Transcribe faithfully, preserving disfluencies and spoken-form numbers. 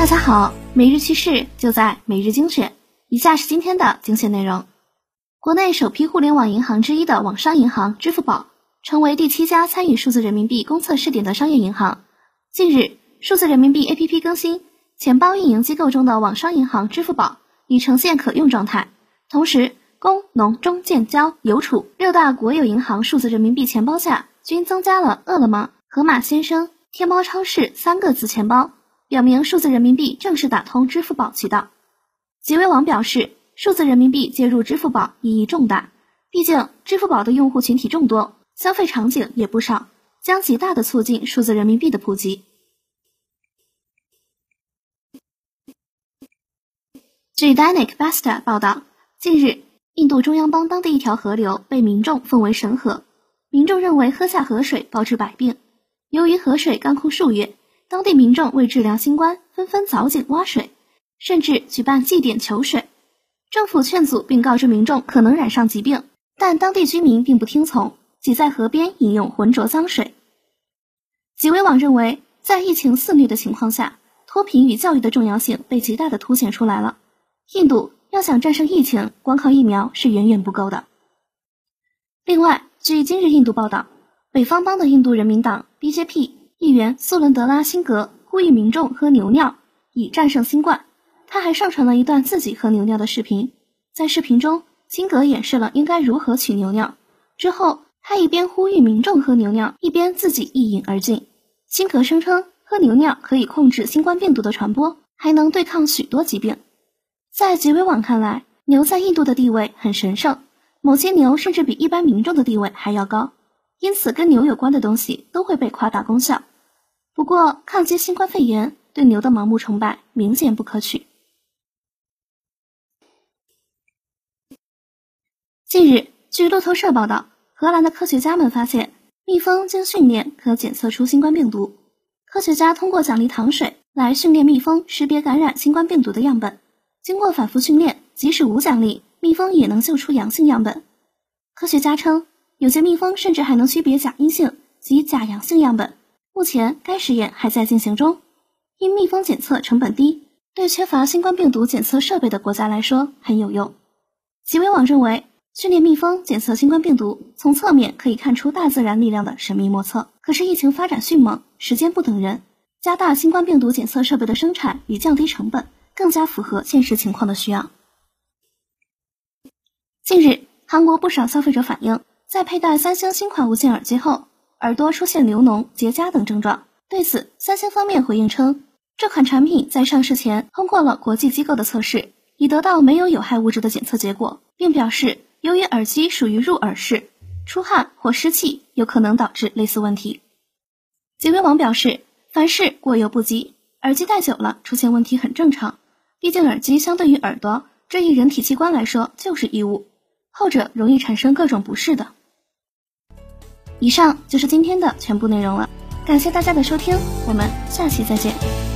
大家好，每日趋势就在每日精选。以下是今天的精选内容。国内首批互联网银行之一的网商银行支付宝，成为第七家参与数字人民币公测试点的商业银行。近日，数字人民币 A P P 更新，钱包运营机构中的网商银行支付宝已呈现可用状态。同时，工、农、中、建、交、邮、储六大国有银行数字人民币钱包下均增加了饿了么、盒马鲜生、天猫超市三个子钱包，表明数字人民币正式打通支付宝渠道。极微网表示，数字人民币接入支付宝意义重大，毕竟支付宝的用户群体众多，消费场景也不少，将极大地促进数字人民币的普及。据 Dainik Basta 报道，近日印度中央邦当地一条河流被民众奉为神河，民众认为喝下河水包治百病。由于河水干枯数月，当地民众为治疗新冠纷纷凿井挖水，甚至举办祭典求水。政府劝阻并告知民众可能染上疾病，但当地居民并不听从，挤在河边饮用浑浊脏水。极微网认为，在疫情肆虐的情况下，脱贫与教育的重要性被极大地凸显出来了。印度要想战胜疫情，光靠疫苗是远远不够的。另外，据今日印度报道，北方邦的印度人民党 B J P 议员苏伦德拉辛格呼吁民众喝牛尿以战胜新冠。他还上传了一段自己喝牛尿的视频，在视频中，辛格演示了应该如何取牛尿。之后，他一边呼吁民众喝牛尿，一边自己一饮而尽。辛格声称，喝牛尿可以控制新冠病毒的传播，还能对抗许多疾病。在极微网看来，牛在印度的地位很神圣，某些牛甚至比一般民众的地位还要高，因此跟牛有关的东西都会被夸大功效。不过，抗击新冠肺炎对牛的盲目崇拜明显不可取。近日，据路透社报道，荷兰的科学家们发现，蜜蜂经训练可检测出新冠病毒。科学家通过奖励糖水来训练蜜蜂识别感染新冠病毒的样本。经过反复训练，即使无奖励，蜜蜂也能嗅出阳性样本。科学家称，有些蜜蜂甚至还能区别假阴性及假阳性样本。目前，该实验还在进行中。因蜜蜂检测成本低，对缺乏新冠病毒检测设备的国家来说很有用。极微网认为，训练蜜蜂检测新冠病毒，从侧面可以看出大自然力量的神秘莫测。可是疫情发展迅猛，时间不等人，加大新冠病毒检测设备的生产与降低成本，更加符合现实情况的需要。近日，韩国不少消费者反映，在佩戴三星新款无线耳机后，耳朵出现流脓、结痂等症状。对此，三星方面回应称，这款产品在上市前通过了国际机构的测试，已得到没有有害物质的检测结果，并表示，由于耳机属于入耳式，出汗或湿气有可能导致类似问题。极微网表示，凡事过犹不及，耳机戴久了出现问题很正常，毕竟耳机相对于耳朵这一人体器官来说就是异物，后者容易产生各种不适的。以上就是今天的全部内容了，感谢大家的收听，我们下期再见。